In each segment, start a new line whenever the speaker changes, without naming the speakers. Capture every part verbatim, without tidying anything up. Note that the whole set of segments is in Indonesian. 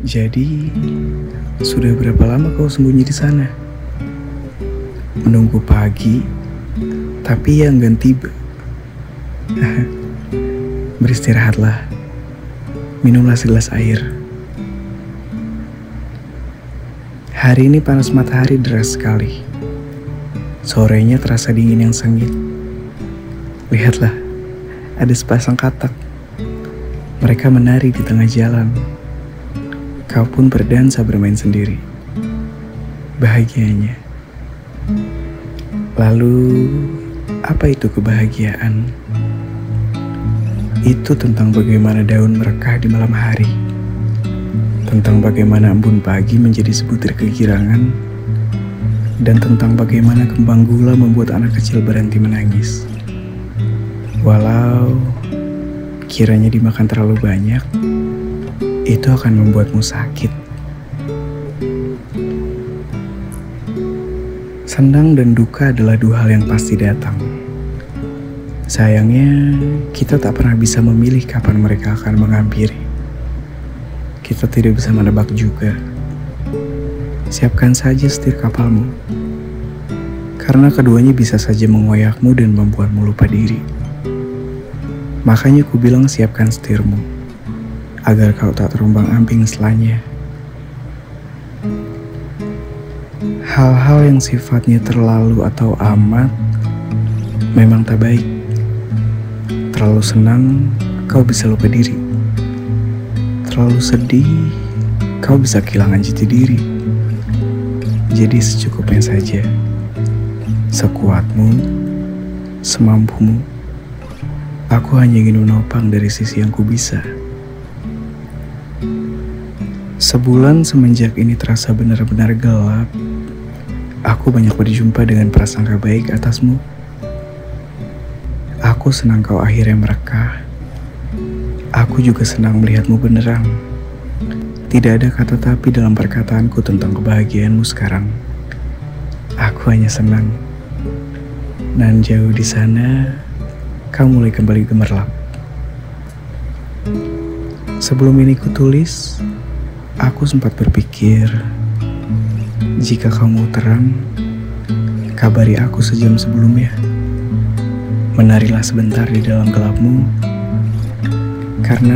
Jadi, sudah berapa lama kau sembunyi di sana? Menunggu pagi, tapi yang enggan tiba. Beristirahatlah, minumlah segelas air. Hari ini panas matahari deras sekali. Sorenya terasa dingin yang sengit. Lihatlah, ada sepasang katak. Mereka menari di tengah jalan. Kau pun berdansa bermain sendiri. Bahagianya. Lalu, apa itu kebahagiaan? Itu tentang bagaimana daun merekah di malam hari. Tentang bagaimana embun pagi menjadi sebutir kegirangan. Dan tentang bagaimana kembang gula membuat anak kecil berhenti menangis. Walau kiranya dimakan terlalu banyak, itu akan membuatmu sakit. Senang dan duka adalah dua hal yang pasti datang. Sayangnya, kita tak pernah bisa memilih kapan mereka akan menghampiri. Kita tidak bisa menebak juga. Siapkan saja setir kapalmu, karena keduanya bisa saja mengoyakmu dan membuatmu lupa diri. Makanya ku bilang siapkan setirmu, agar kau tak terombang-ambing setelahnya. Hal-hal yang sifatnya terlalu atau amat memang tak baik. Terlalu senang, kau bisa lupa diri. Terlalu sedih, kau bisa kehilangan jati diri. Jadi secukupnya saja. Sekuatmu, semampumu. Aku hanya ingin menopang dari sisi yang ku bisa. Sebulan semenjak ini terasa benar-benar gelap, aku banyak berjumpa dengan prasangka baik atasmu. Aku senang kau akhirnya merekah. Aku juga senang melihatmu benerang. Tidak ada kata tapi dalam perkataanku tentang kebahagiaanmu sekarang. Aku hanya senang. Nan jauh di sana, kau mulai kembali gemerlap. Sebelum ini kutulis, aku sempat berpikir, jika kau mau terang, kabari aku sejam sebelumnya. Menarilah sebentar di dalam gelapmu, karena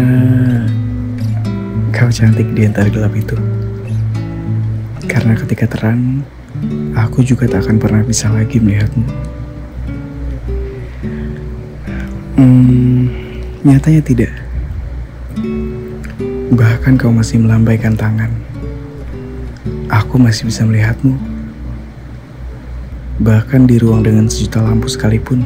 kau cantik di antara gelap itu. Karena ketika terang, aku juga tak akan pernah bisa lagi melihatmu. Hmm, nyatanya tidak. Bahkan kau masih melambaikan tangan. Aku masih bisa melihatmu. Bahkan di ruang dengan sejuta lampu sekalipun.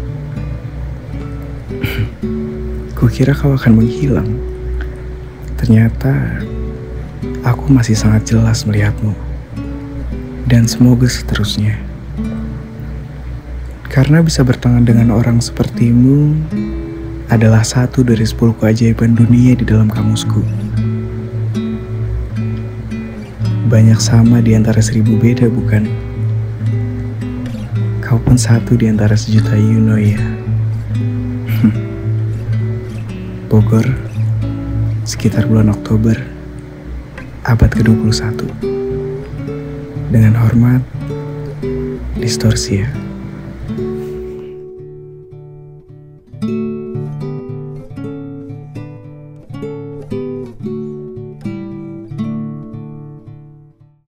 Kukira kau akan menghilang. Ternyata aku masih sangat jelas melihatmu. Dan semoga seterusnya. Karena bisa bertangan dengan orang sepertimu adalah satu dari sepuluh keajaiban dunia di dalam kamusku. Banyak sama di antara seribu beda, bukan? Kau pun satu di antara sejuta Yuno, ya. Bogor, sekitar bulan Oktober, abad ke dua puluh satu. Dengan hormat, Distorsia.